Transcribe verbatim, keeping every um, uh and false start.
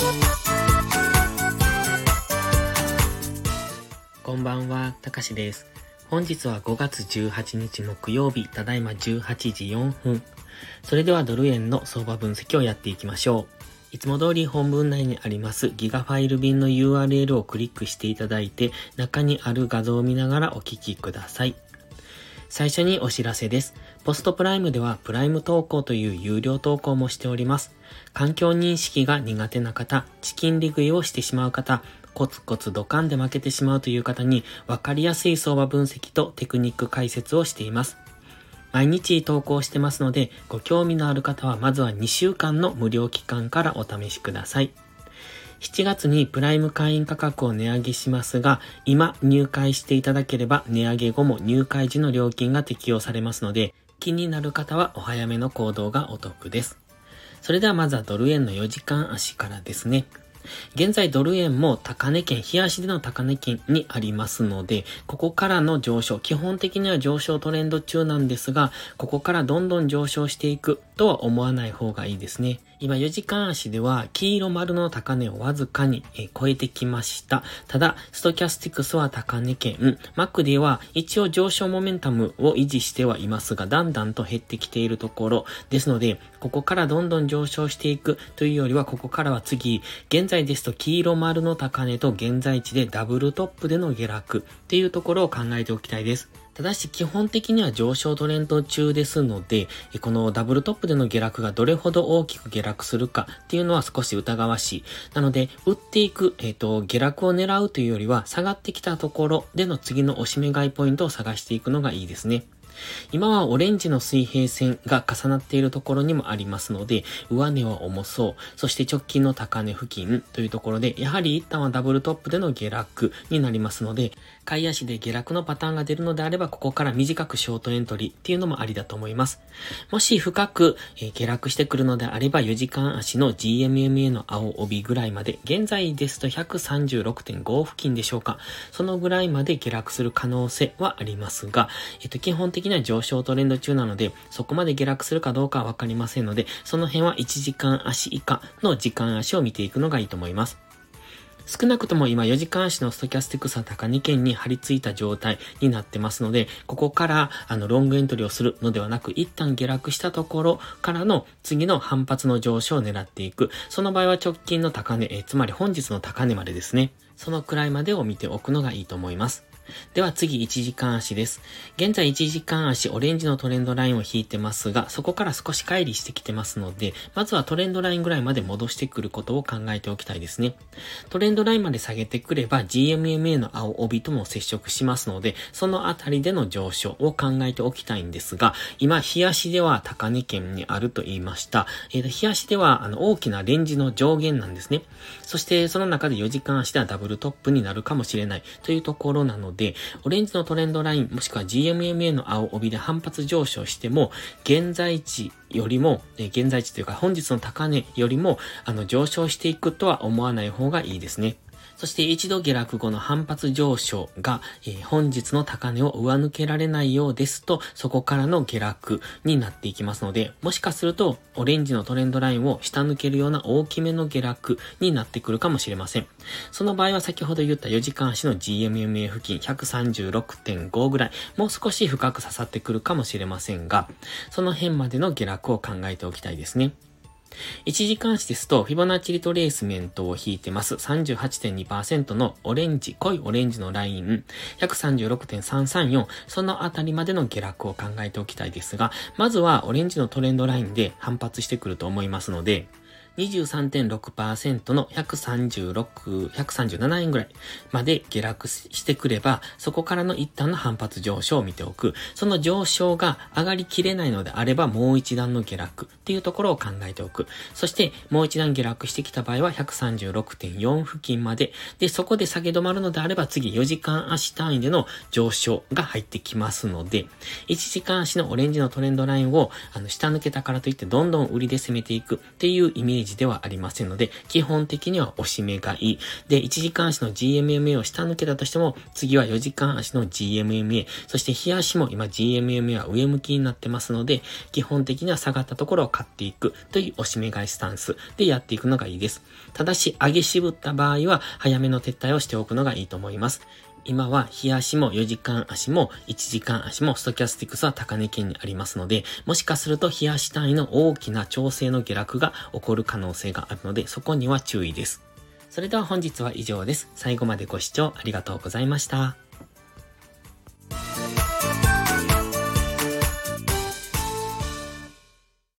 こんばんは、たかしです。本日はごがつじゅうはちにち木曜日、ただいまじゅうはちじよんぷん。それではドル円の相場分析をやっていきましょう。いつも通り本文内にありますギガファイル便の ユーアールエル をクリックしていただいて、中にある画像を見ながらお聞きください。最初にお知らせです。ポストプライムではプライム投稿という有料投稿もしております。環境認識が苦手な方、チキン利食いをしてしまう方、コツコツドカンで負けてしまうという方に分かりやすい相場分析とテクニック解説をしています。毎日投稿してますので、ご興味のある方はまずはにしゅうかんの無料期間からお試しください。しちがつにプライム会員価格を値上げしますが、今入会していただければ値上げ後も入会時の料金が適用されますので、気になる方はお早めの行動がお得です。それではまずはドル円のよじかん足からですね。現在ドル円も高値圏、日足での高値圏にありますので、ここからの上昇、基本的には上昇トレンド中なんですが、ここからどんどん上昇していくとは思わない方がいいですね。今よじかん足では黄色丸の高値をわずかに超えてきました。ただ、ストキャスティクスは高値圏、マクディは一応上昇モメンタムを維持してはいますが、だんだんと減ってきているところですので、ここからどんどん上昇していくというよりは、ここからは次、現在ですと黄色丸の高値と現在地でダブルトップでの下落っていうところを考えておきたいです。ただし基本的には上昇トレンド中ですので、このダブルトップでの下落がどれほど大きく下落するかっていうのは少し疑わしい。なので、売っていく、えっと、下落を狙うというよりは、下がってきたところでの次の押し目買いポイントを探していくのがいいですね。今はオレンジの水平線が重なっているところにもありますので、上値は重そう。そして直近の高値付近というところで、やはり一旦はダブルトップでの下落になりますので、買い足で下落のパターンが出るのであれば、ここから短くショートエントリーっていうのもありだと思います。もし深く、えー、下落してくるのであれば、よじかん足の ジーエムエムエー の青帯ぐらいまで、現在ですと ひゃくさんじゅうろくてんご 付近でしょうか。そのぐらいまで下落する可能性はありますが、えっと、基本的には上昇トレンド中なので、そこまで下落するかどうかはわかりませんので、その辺はいちじかん足以下の時間足を見ていくのがいいと思います。少なくとも今よじかん足のストキャスティクスは高値圏に張り付いた状態になってますので、ここからあのロングエントリーをするのではなく、一旦下落したところからの次の反発の上昇を狙っていく。その場合は直近の高値、えつまり本日の高値までですね。そのくらいまでを見ておくのがいいと思います。では次いちじかん足です。現在いちじかん足オレンジのトレンドラインを引いてますが、そこから少し乖離してきてますので、まずはトレンドラインぐらいまで戻してくることを考えておきたいですね。トレンドラインまで下げてくれば ジーエムエムエー の青帯とも接触しますので、そのあたりでの上昇を考えておきたいんですが、今日足では高値圏にあると言いました。えー、と日足ではあの大きなレンジの上限なんですね。そしてその中でよじかん足ではダブルトップになるかもしれないというところなので、で、オレンジのトレンドラインもしくは ジーエムエムエー の青帯で反発上昇しても、現在地よりも、え現在地というか本日の高値よりもあの上昇していくとは思わない方がいいですね。そして一度下落後の反発上昇が、えー、本日の高値を上抜けられないようですと、そこからの下落になっていきますので、もしかするとオレンジのトレンドラインを下抜けるような大きめの下落になってくるかもしれません。その場合は先ほど言ったよじかん足の ジーエムエムエー 付近 ひゃくさんじゅうろくてんご ぐらい、もう少し深く刺さってくるかもしれませんが、その辺までの下落を考えておきたいですね。いちじかん足ですと、フィボナッチリトレースメントを引いてます。さんじゅうはちてんにパーセント のオレンジ、濃いオレンジのライン、ひゃくさんじゅうろくてんさんさんよん、そのあたりまでの下落を考えておきたいですが、まずはオレンジのトレンドラインで反発してくると思いますので、にじゅうさんてんろくパーセント のひゃくさんじゅうろく、ひゃくさんじゅうななえんぐらいまで下落してくれば、そこからの一旦の反発上昇を見ておく。その上昇が上がりきれないのであれば、もう一段の下落っていうところを考えておく。そして、もう一段下落してきた場合は ひゃくさんじゅうろくてんよん 付近まで。で、そこで下げ止まるのであれば、次よじかん足単位での上昇が入ってきますので、いちじかん足のオレンジのトレンドラインをあの下抜けたからといってどんどん売りで攻めていくっていうイメージジではありませんので、基本的には押し目買い。で、いちじかん足の ジーエムエムエー を下抜けたとしても、次はよじかん足の ジーエムエムエー、そして日足も今 ジーエムエムエー は上向きになってますので、基本的には下がったところを買っていくという押し目買いスタンスでやっていくのがいいです。ただし、上げ渋った場合は、早めの撤退をしておくのがいいと思います。今は日足もよじかん足もいちじかん足もストキャスティクスは高値圏にありますので、もしかすると日足単位の大きな調整の下落が起こる可能性があるので、そこには注意です。それでは本日は以上です。最後までご視聴ありがとうございました。